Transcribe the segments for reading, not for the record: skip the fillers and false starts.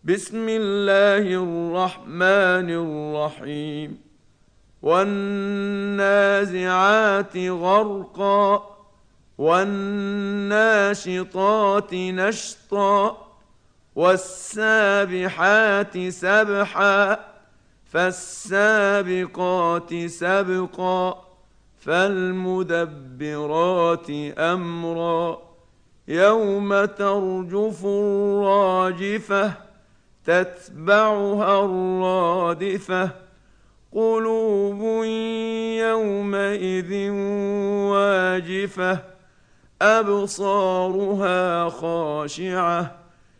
بسم الله الرحمن الرحيم. والنازعات غرقا والناشطات نشطا والسابحات سبحا فالسابقات سبقا فالمدبرات أمرا يوم ترجف الراجفة تتبعها الرادفة قلوب يومئذ واجفة أبصارها خاشعة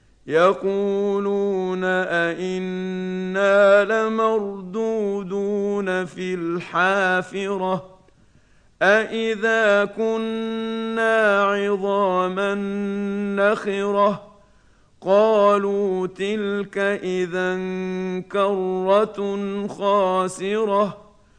يقولون أئنا لمردودون في الحافرة أئذا كنا عظاما نخرة قالوا تلك إذا كرة خاسرة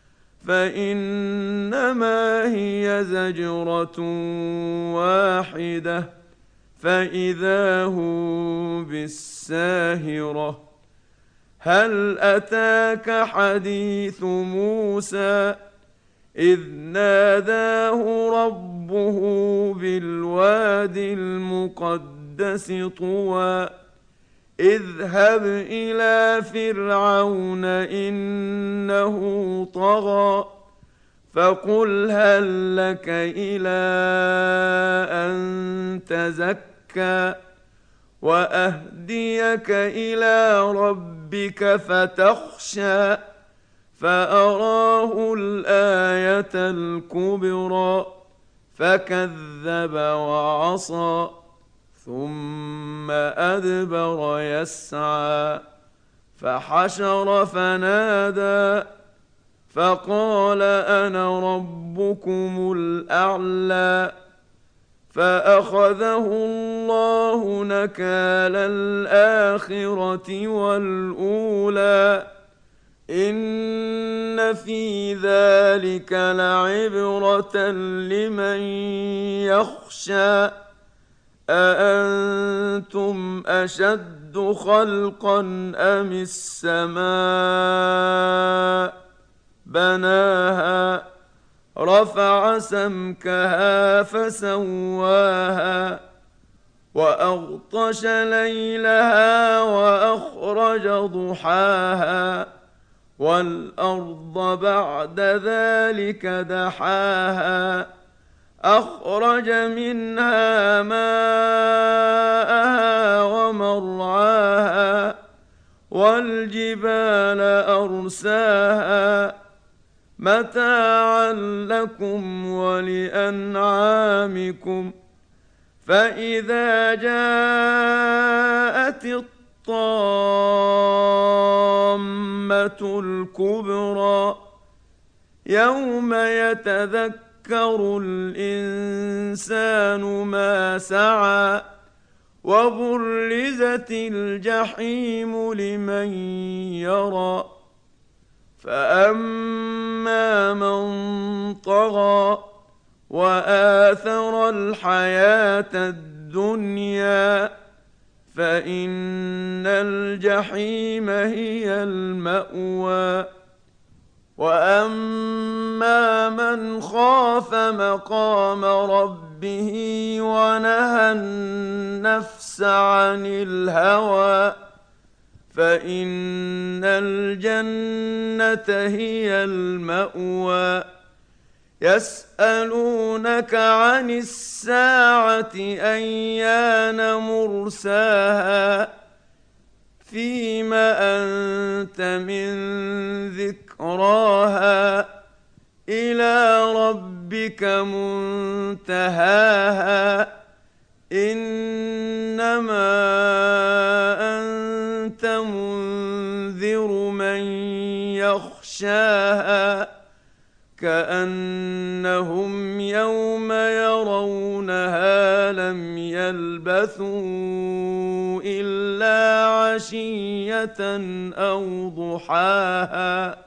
فإنما هي زجرة واحدة فإذا هم بالساهرة هل أتاك حديث موسى إذ ناداه ربه بالواد المقدس طوى اذهب إلى فرعون إنه طغى فقل هل لك إلى أن تزكى وأهديك إلى ربك فتخشى فأراه الآية الكبرى فكذب وعصى ثم أدبر يسعى فحشر فنادى فقال أنا ربكم الأعلى فأخذه الله نكال الآخرة والأولى إن في ذلك لعبرة لمن يخشى أأنتم أشد خلقا أم السماء بناها رفع سمكها فسواها وأغطش ليلها وأخرج ضحاها والأرض بعد ذلك دحاها أخرج منها ماءها ومرعاها والجبال أرساها متاعا لكم ولأنعامكم فإذا جاءت الطامة الكبرى يوم يتذكر الإنسان ما سعى وبرزت الجحيم لمن يرى فأما من طغى وآثر الحياة الدنيا فإن الجحيم هي المأوى وأما من خاف مقام ربه ونهى النفس عن الهوى فإن الجنة هي المأوى يسألونك عن الساعة أيان مرساها فيم أنت من ذكراها إلى ربك منتهاها إنما أنت منذر من يخشاها كأنهم يوم يرونها لم يلبثوا إلا عشية أو ضحاها